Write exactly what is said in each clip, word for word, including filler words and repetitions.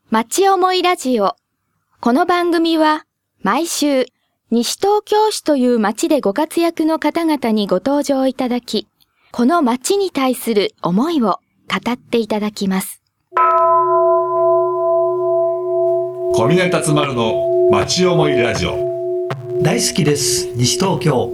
町思いラジオ。この番組は毎週西東京市という町でご活躍の方々にご登場いただき、この町に対する思いを語っていただきます。 小峰達丸の町思いラジオ。 大好きです。西東京。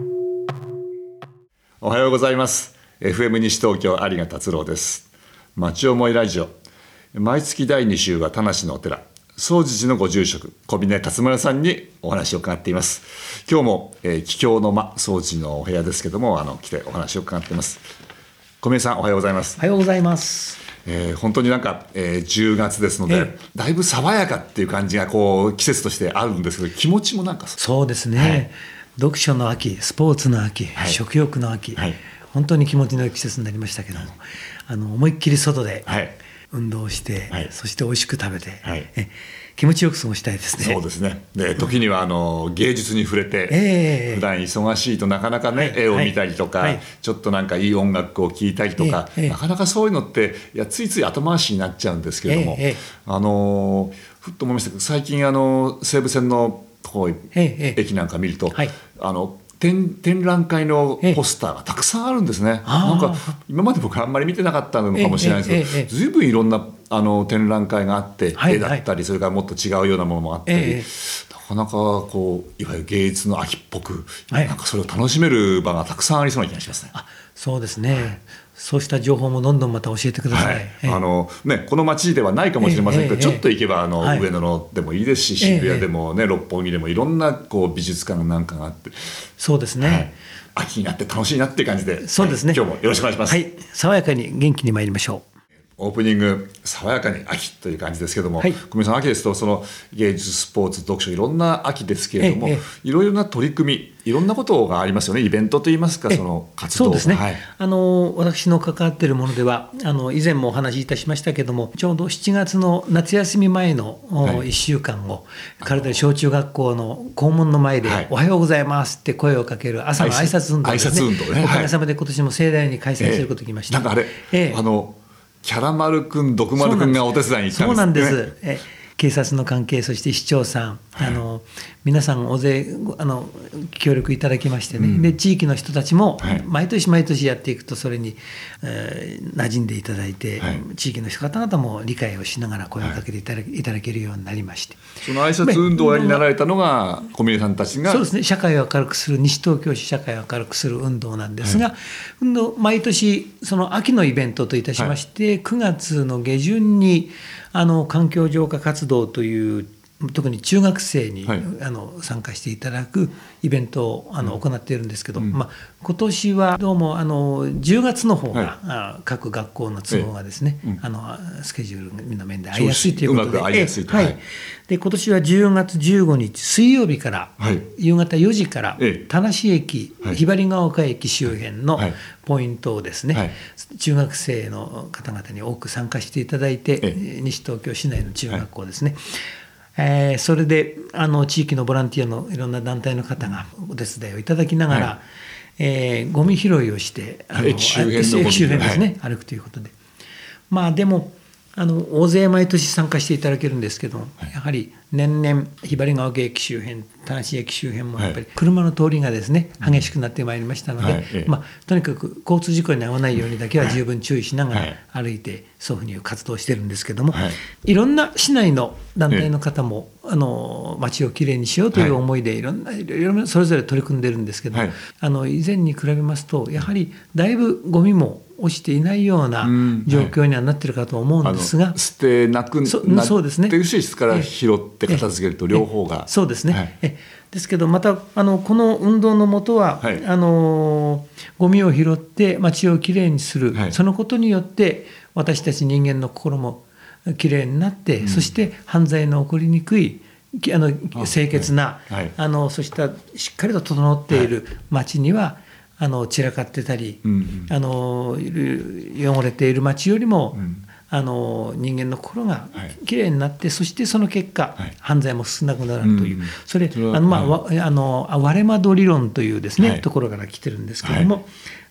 おはようございます。 エフエム 西東京有賀達郎です。町思いラジオ、毎月だいに週は田無のお寺総持寺のご住職小峰達丸さんにお話を伺っています。今日も、えー、桔梗の間総持寺のお部屋ですけども、あの来てお話を伺っています。小峰さん、おはようございます。 おはようございます。 えー、本当になんか、えー、じゅうがつですので、えー、だいぶ爽やかっていう感じがこう季節としてあるんですけど、気持ちもなんかそうですね、はい、読書の秋、スポーツの秋、はい、食欲の秋、はい、本当に気持ちのいい季節になりましたけども、はい、あの思いっきり外で運動して、はい、そして美味しく食べて、はい、え気持ちよく過ごしたいですね。 そうですね。で、時にはあの芸術に触れて、えー、普段忙しいとなかなかね、はい、絵を見たりとか、はい、ちょっとなんかいい音楽を聴いたりとか、えーえー、なかなかそういうのっていやついつい後回しになっちゃうんですけれども、えーえー、あのふっと思いましたけど、最近あの西武線のこう、えー、駅なんか見ると、はい、あの展, 展覧会のポスターがたくさんあるんですね。なんか今まで僕あんまり見てなかったのかもしれないですけど、ずいぶんいろんなあの展覧会があって、はい、絵だったり、それからもっと違うようなものもあったり、えー、なかなかこういわゆる芸術の秋っぽく、はい、なんかそれを楽しめる場がたくさんありそうな気がしますね。 あ、そうですね、はい、そうした情報もどんどんまた教えてください。はい、 あのね、この町ではないかもしれませんけど、えーえー、ちょっと行けばあの、はい、上野でもいいですし、渋谷でも、ね、六本木でもいろんなこう美術館なんかがあって、 そうですね、はい、 秋になって楽しいなっていう感じで、 そうですね、 はい、今日もよろしくお願いします。 はい、爽やかに元気に参りましょう。 オープニング爽やかに秋という感じですけども、はい、小峰さん、秋ですとその芸術、スポーツ、読書、いろんな秋ですけれども、ええ、いろいろな取り組み、いろんなことがありますよね。イベントといいますか、その活動。 そうですね、 はい、 あの私の関わっているものでは、あの以前もお話しいたしましたけども、ちょうどしちがつの夏休み前の、はい、いっしゅうかんを体で小中学校の校門の前で、はい、おはようございますって声をかける朝の挨拶運動ですね。 挨拶運動ね、 おかげさまで今年も盛大に開催することができました。 ええ、なんかあれ、ええ、あのキャラ丸くん、毒丸くんがお手伝いに行ったんですね。 そうなんです。え警察の関係、そして市長さん、はい、あの皆さん大勢あの協力いただきましてね、うん、で地域の人たちも毎年毎年やっていくとそれに、えー、馴染んでいただいて、はい、地域の方々も理解をしながら声をかけていただ、はい、いただけるようになりまして、 その挨拶運動をやりになられたのが小峰さんたちが。 そうですね、社会を明るくする、西東京市社会を明るくする運動なんですが、はい、運動毎年その秋のイベントといたしまして、はい、くがつの下旬にあの環境浄化活動という特に中学生に、はい、あの参加していただくイベントをあの、うん、行っているんですけど、うん、まあ、今年はどうもあのじゅうがつの方が、はい、各学校の都合がですね、ええ、うん、あのスケジュールの面で合いやすいということで、 うまく合いやすいと、はい、 で今年はじゅうがつじゅうごにち水曜日から、はい、夕方よじから田無駅、はい、ひばりが丘駅周辺のポイントをですね、はい、中学生の方々に多く参加していただいて、ええ、西東京市内の中学校ですね、はい、えー、それであの地域のボランティアのいろんな団体の方がお手伝いをいただきながら、はい、えー、ゴミ拾いをしてあの駅周辺のゴミ、 駅周辺ですね、はい、歩くということで、まあでもあの大勢毎年参加していただけるんですけど、はい、やはり年々ひばりが丘駅周辺、田無駅周辺もやっぱり車の通りがですね、激しくなってまいりましたので、はい、まあ、とにかく交通事故に遭わないようにだけは十分注意しながら歩いてそういうふうに活動してるんですけども、はい、いろんな市内の団体の方も、あの街をきれいにしようという思いでいろんな、いろいろそれぞれ取り組んでるんですけど、はい、あの以前に比べますとやはりだいぶゴミも落ちていないような状況にはなっているかと思うんですが、 うん、はい、捨てなくなって施設から拾って片付けると両方が、 そうですね、はい、えですけどまたあのこの運動のもとは、はい、あのゴミを拾って街をきれいにする、はい、そのことによって私たち人間の心もきれいになって、うん、そして犯罪の起こりにくいあの清潔な、はいはい、あのそうしたしっかりと整っている街には、あの散らかってたり、うんうん、あの汚れている街よりも、うん、あの人間の心がきれいになって、はい、そしてその結果、はい、犯罪も進んなくなるという、うん、それあの、まあ、はい、あの割れ窓理論というですね、はい、ところから来てるんですけども、はい、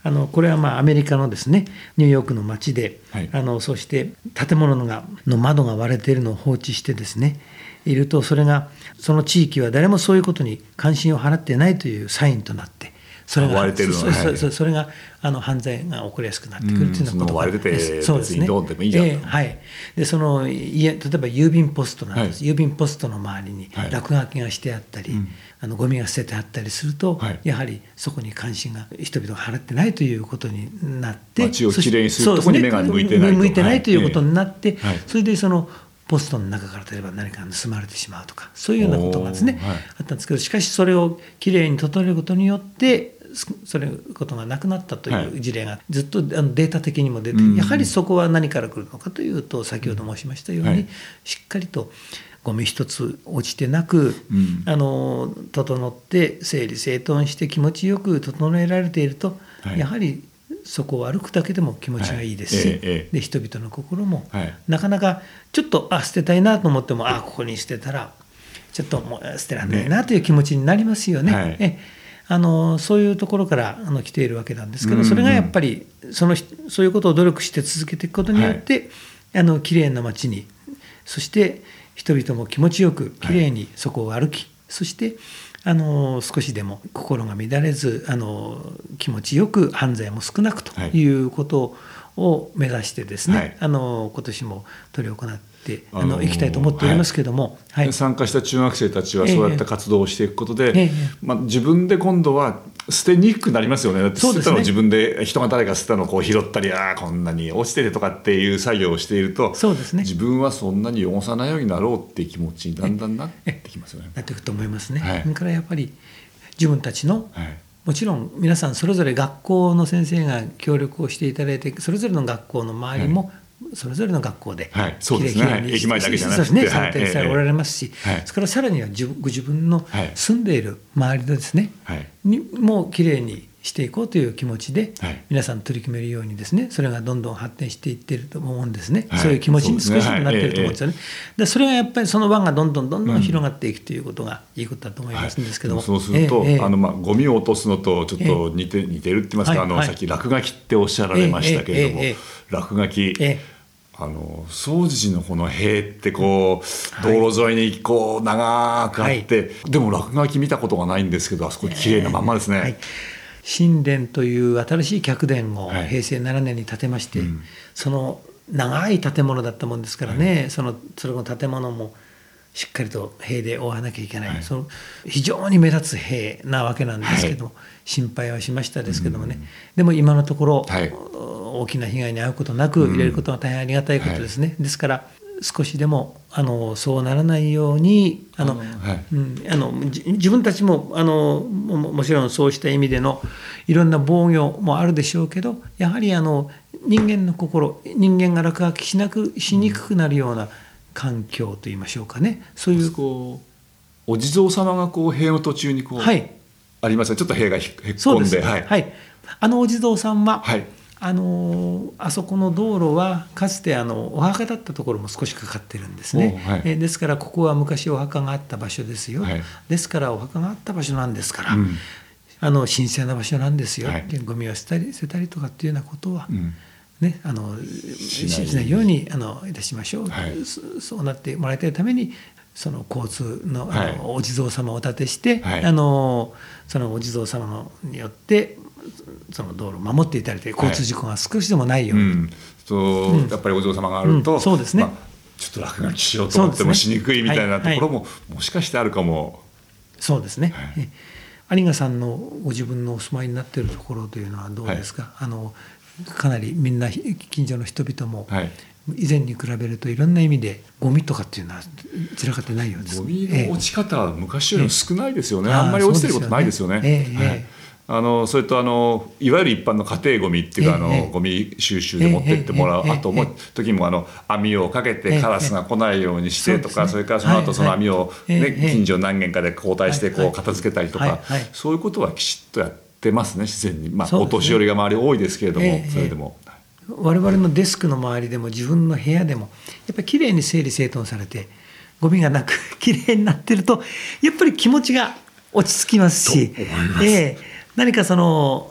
あのこれはまあアメリカのですねニューヨークの街で、 はい、 あのそして建物のがの窓が割れているのを放置してですねいると、それがその地域は誰もそういうことに関心を払っていないというサインとなって、それが割れてるの、 そ, そ, そ, それがあの犯罪が起こりやすくなってくるというようなことが、 割れてて別にどうでもいいじゃん、 えーはい、でその家例えば郵便ポストなんです、はい、郵便ポストの周りに落書きがしてあったり、はい、あのゴミが捨ててあったりすると、はい、やはりそこに関心が人々が払ってないということになって、 街をきれいにするところに目が向いてないと、 向いてないということになって、 はい、 それでそのポストの中から例えば何か盗まれてしまうとか、そういうようなことがですね、はい、あったんですけど、しかしそれをきれいに整えることによってそれことがなくなったという事例がずっとあのデータ的にも出て、やはりそこは何から来るのかというと、先ほど申しましたように、はい、しっかりとゴミ一つ落ちてなく、うん、あの整って整理整頓して気持ちよく整えられていると、はい、やはりそこを歩くだけでも気持ちがいいですし、はいええ、で人々の心も、はい、なかなかちょっとあ捨てたいなと思っても、あここに捨てたらちょっともう捨てられないなという気持ちになりますよね。はい、えあのそういうところからあの来ているわけなんですけど、それがやっぱりそのそういうことを努力して続けていくことによって、はい、あのきれいな街に、そして人々も気持ちよくきれいにそこを歩き、はい、そしてあの少しでも心が乱れずあの気持ちよく犯罪も少なくということを目指してですね、はい、あの今年も取り行ってあの行きたいと思っておりますけれども、 はいはい、参加した中学生たちはそうやった活動をしていくことで、ええまあ、自分で今度は捨てにくくなりますよね。だって捨てたのを自分で、人が誰か捨てたのをこう拾ったり、ああこんなに落ちててとかっていう作業をしていると、 そうですね、 自分はそんなに汚さないようになろうっていう気持ちにだんだんなってきますよね。 なっていくと思いますね。はい、それからやっぱり自分たちの、はい、もちろん皆さんそれぞれ学校の先生が協力をしていただいて、それぞれの学校の周りも、はいそれぞれの学校できれいに駅前だけじゃなくてされておられますし、はい、それからさらにはご自分の住んでいる周りでですね、はい、にもきれいにしていこうという気持ちで皆さん取り組めるようにですね、それがどんどん発展していっていると思うんですね、はい、そういう気持ちに少しずつなっていると思うんですよね。でそれがやっぱりその輪がどんどんどんどん広がっていくということがいいことだと思いますんですけども、 はい、そうすると、えーえー、あのまあゴミを落とすのとちょっと似て、えー、似てるって言いますか、はい、あのさっき落書きっておっしゃられましたけれども、えーえーえー、落書き、えーあの總持寺のこの塀ってこう道路沿いにこう長くあって、はい、でも落書き見たことがないんですけど、あそこ綺麗なまんまですね。はい、 新殿という新しい客殿を平成ななねんに建てまして、はいうん、その長い建物だったもんですからね、はい、そのその建物もしっかりと塀で覆わなきゃいけない、はい、その非常に目立つ塀なわけなんですけど、はい、心配はしましたですけどもね、うん、でも今のところ、はい、大きな被害に遭うことなく入れることは大変ありがたいことですね。うん、ですから少しでもあのそうならないようにあの、はいうん、あの自分たちもあの も, もちろんそうした意味でのいろんな防御もあるでしょうけど、やはりあの人間の心、人間が落書きしなくしにくくなるような環境といいましょうかね、そういうこうお地蔵様がこう塀の途中にこう、はい、ありますね。ちょっと塀がへっこん で, で、ねはいはい、あのお地蔵さんは、はい、あのあそこの道路はかつてあのお墓だったところも少しかかってるんですね。はい、えですからここは昔お墓があった場所ですよ、はい、ですからお墓があった場所なんですから、うん、あの神聖な場所なんですよ、はい、ゴミを捨てたり捨てたりとかっていうようなことは、うんね、あのしないようにあのいたしましょう、はい、そ, そうなってもらいたいためにその交通 の, あの、はい、お地蔵様をお立てして、はい、あのそのお地蔵様のによってその道路を守っていただいて、交通事故が少しでもないように、はいうんそううん、やっぱりお地蔵様があると、うん、そうですね、まあ、ちょっと落書きしようと思ってもしにくいみたいなところも、ねはいはい、もしかしてあるかも。 そうですね、はい、有賀さんのご自分のお住まいになっているところというのはどうですか。はい、あのかなりみんな近所の人々も以前に比べるといろんな意味でゴミとかっていうのは散らかってないようです。 ゴミの落ち方は昔よりも少ないですよね。えー、あんまり落ちてることないですよね。えーえーはいあのそれとあのいわゆる一般の家庭ゴミっていうか、あの、ええ、ゴミ収集で持ってってもらう、ええ、あとも、ええ、時もあの網をかけてカラスが来ないようにしてとか、ええ、それからその後その網を、ねはいはい、近所何軒かで交代してこう片付けたりとか、はいはい、そういうことはきちっとやってますね、自然に。まあ、お年寄りが周り多いですけれども、ええ、それでも我々のデスクの周りでも自分の部屋でもやっぱりきれいに整理整頓されてゴミがなくきれいになってるとやっぱり気持ちが落ち着きますし、ええ何かその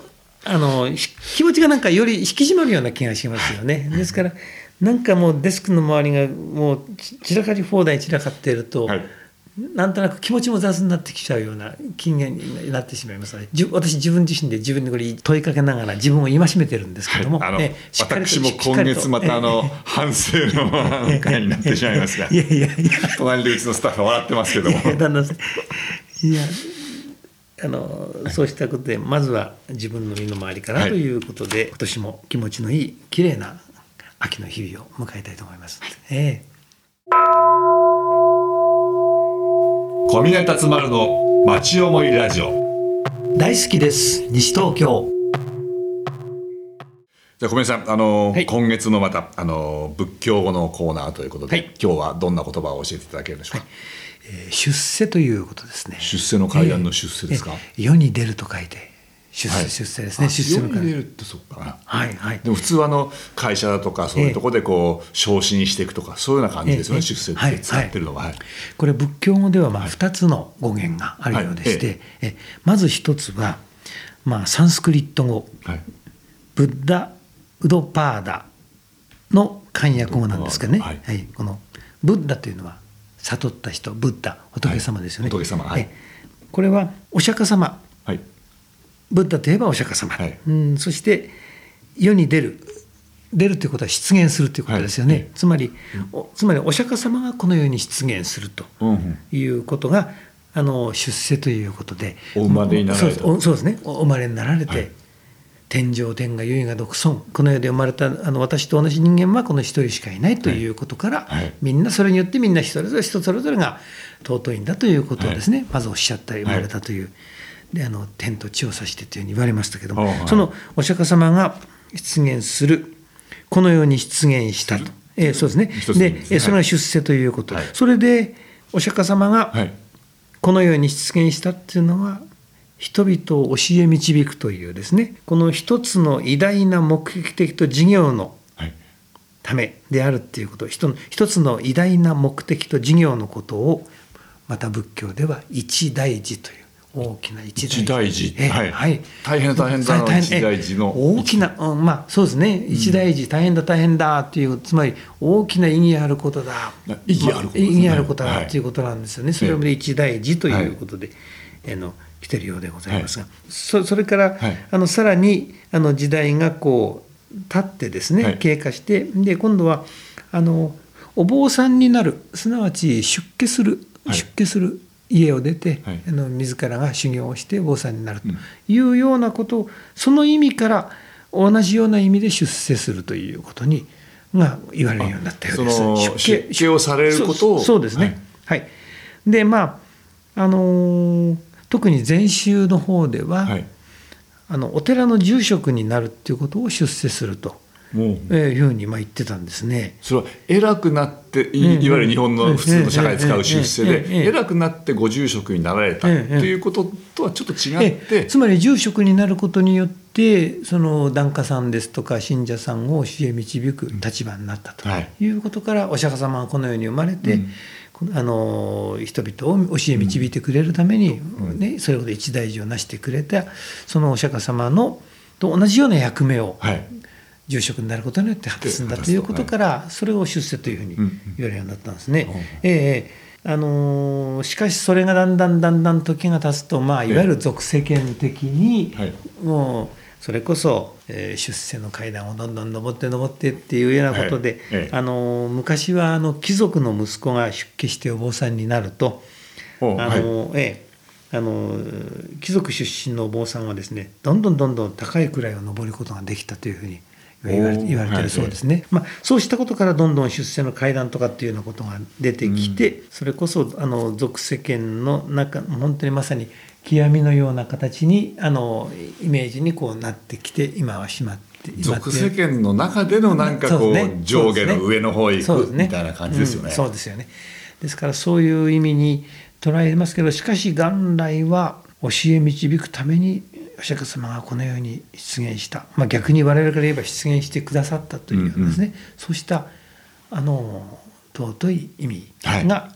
あの気持ちがなんかより引き締まるような気がしますよね。ですからなんかもうデスクの周りがもう散らかり放題散らかっていると、はい、なんとなく気持ちも雑になってきちゃうような気になってしまいますので、私自分自身で自分にこれ問いかけながら自分を戒めてるんですけども、 はい、あのえしっかりと私も今月またあの反省の会になってしまいますがいやいやいや隣でうちのスタッフは笑ってますけどもいや旦那さんいやあのそうしたことでまずは自分の身の回りからということで、はい、今年も気持ちのいい綺麗な秋の日々を迎えたいと思います。ええ小峰達丸の町思いラジオ大好きです西東京。 じゃあ小峰さん、あの、はい、今月のまたあの仏教語のコーナーということで、はい、今日はどんな言葉を教えていただけるでしょうか。はい、 えー、出世ということですね。 出世の階段の出世ですか。 えー、世に出ると書いて出世、はい、出世ですね。出世の世に出るってそうかな。 はいはい。 でも普通はあの会社だとかそういうところでこう昇進していくとかそういうような感じですよね、出世って使ってるのは、はいはい、 これ仏教語ではまあふたつの語源があるようでして、はいはい、えまずひとつはまあサンスクリット語、はい、ブッダ・ウドパーダの漢訳語なんですけどね、はいはい、このブッダというのは悟った人、ブッダ、仏様ですよね、 はい、仏様、はい、 これはお釈迦様、 はい、 ブッダといえばお釈迦様、はい、うん、そして世に出る出るということは出現するということですよね、はい、つまり、うん、つまりお釈迦様がこの世に出現するということが、うん、あの出世ということでお生まれになられた、 そう、そうですね、お生まれになられて、はい、天上天下唯我独尊、この世で生まれたあの私と同じ人間はこの一人しかいないということから、はいはい、みんなそれによってみんなそれぞれ人それぞれが尊いんだということをですね、はい、まずおっしゃったり生まれたという、はい、であの天と地を指してというふうに言われましたけども、はい、そのお釈迦様が出現するこの世に出現したと、えー、そうですね、で、でそれが出世ということ、はい、それでお釈迦様がこの世に出現したっていうのは人々を教え導くというですね、この一つの偉大な目的と事業のためであるっていうこと、一つの偉大な目的と事業のことをまた仏教では一大事という大きな一大事、 一大事、はいはい、大変だ大変だの一大事の大きな、うん、まあそうですね、一大事、大変だ大変だっていう、つまり大きな意義あることだ、 意義あること、 意義あることだっていうことなんですよね、はい、それで一大事ということで、はい、あの来てるようでございますが、はい、そ, それから、はい、あのさらにあの時代がこう経ってですね、はい、経過して、で今度はあのお坊さんになる、すなわち出家する、はい、出家する家を出て、はい、あの自らが修行をしてお坊さんになるというようなことを、うん、その意味から同じような意味で出世するということにが言われるようになったようです。 その出家、出家をされることを、 そ, そうですね、はい、はい、でまああのー、特に禅宗の方では、はい、あのお寺の住職になるっていうことを出世するというふうにまあ言ってたんですね。 それは偉くなって、いわゆる日本の普通の社会で使う出世で、偉くなってご住職になられたということとはちょっと違って、 つまり住職になることによってその檀家さんですとか信者さんを教え導く立場になったということから、お釈迦様がこの世に生まれて、うん、あの人々を教え導いてくれるために、ね、それほど一大事を成してくれたそのお釈迦様のと同じような役目を、はい、住職になることによって果たすんだということから、それを出世というふうに言われるようになったんですね。えーあのー、しかしそれがだんだんだんだん時が経つと、まあ、いわゆる俗世間的に、はい、もうそれこそ、えー、出世の階段をどんどん登って登ってっていうようなことで、はい、あのー、昔はあの貴族の息子が出家してお坊さんになると、あのーはいえーあのー、貴族出身のお坊さんはですね、どんどんどんどん高い位を登ることができたというふうに言われて、言われてるそうですね、はいまあ、そうしたことからどんどん出世の階段とかっていうようなことが出てきて、うん、それこそあの俗世間の中、本当にまさに極みのような形にあのイメージにこうなってきて、今はしまって俗世間の中でのなんかこう、ね、上下の上の方へ行くみたいな感じですよね。 そうですよね。ですからそういう意味に捉えますけど、しかし元来は教え導くためにお釈迦様がこのように出現した、まあ、逆に我々から言えば出現してくださったというですね、うんうん、そうしたあの尊い意味が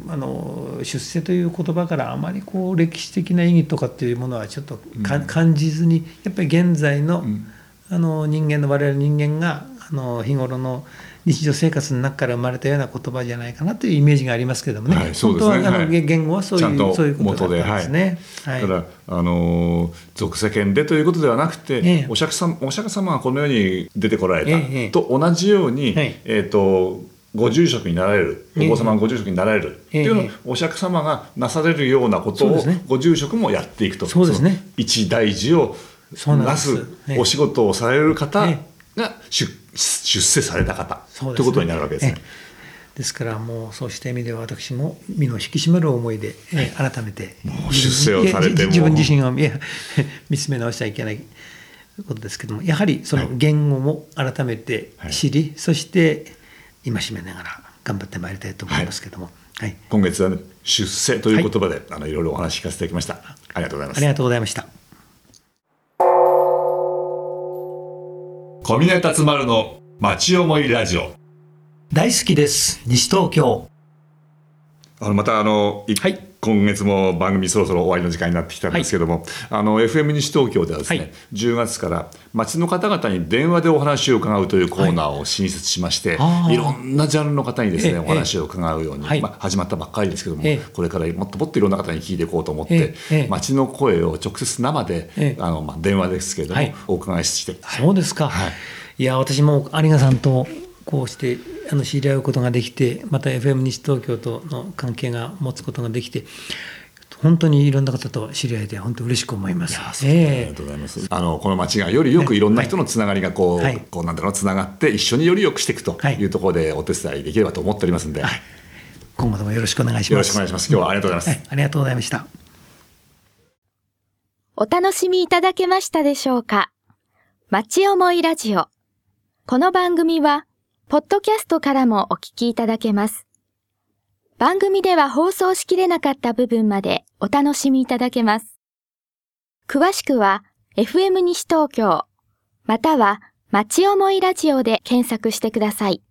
あの出世という言葉からあまりこう歴史的な意義とかっていうものはちょっとか、うん、感じずに、やっぱり現在の、うん、あの人間の我々人間があの日頃の日常生活の中から生まれたような言葉じゃないかなというイメージがありますけれどもね、はい、そうですね、本当はあの、はい、言語はそういう、そういうことだったんですね。 はい、だから、あのー、俗世間でということではなくて、ええ、お釈迦様、お釈迦様がこの世に出てこられた、え、と同じように、ええー、とご住職になられる、お子様がご住職になられるっていうのをお釈迦様がなされるようなことをご住職もやっていくと、 そうですね、 一大事をなすお仕事をされる方が出出世された方ということになるわけですね。 ですからもうそうした意味では私も身の引き締まる思いで、えー、改めて出世をされても自分自身を見つめ直しちゃいけないことですけども、やはりその言語も改めて知り、はい、そして戒めながら頑張ってまいりたいと思いますけども、 はいはい、今月は、ね、出世という言葉で、はい、あのいろいろお話聞かせていただきました。ありがとうございます。 ありがとうございました。 小峰達丸の町思いラジオ、 大好きです。西東京。 あのまたあの、はい、今月も番組そろそろ終わりの時間になってきたんですけども、はい、あの エフエム 西東京ではですね、はい、じゅうがつから町の方々に電話でお話を伺うというコーナーを新設しまして、はい、いろんなジャンルの方にですね、お話を伺うように、まあ、始まったばっかりですけども、これからもっともっといろんな方に聞いていこうと思って、町の声を直接生で、あのまあ、電話ですけれども、はい、お伺いして、 はい、そうですか、はい、いや私も有賀さんとこうしてあの知り合うことができて、また エフエム 西東京との関係が持つことができて、本当にいろんな方と知り合えて本当嬉しく思います。 ありがとうございます。あのこの町がよりよくいろんな人のつながりがこう、はい、こうなんだろうつながって一緒によりよくしていくというところでお手伝いできればと思っておりますので、はい、 今後ともよろしくお願いします。 よろしくお願いします。今日はありがとうございます。 はい、ありがとうございました。 お楽しみいただけましたでしょうか。町思いラジオ。この番組はポッドキャストからもお聞きいただけます。番組では放送しきれなかった部分までお楽しみいただけます。詳しくは エフエム 西東京または町思いラジオで検索してください。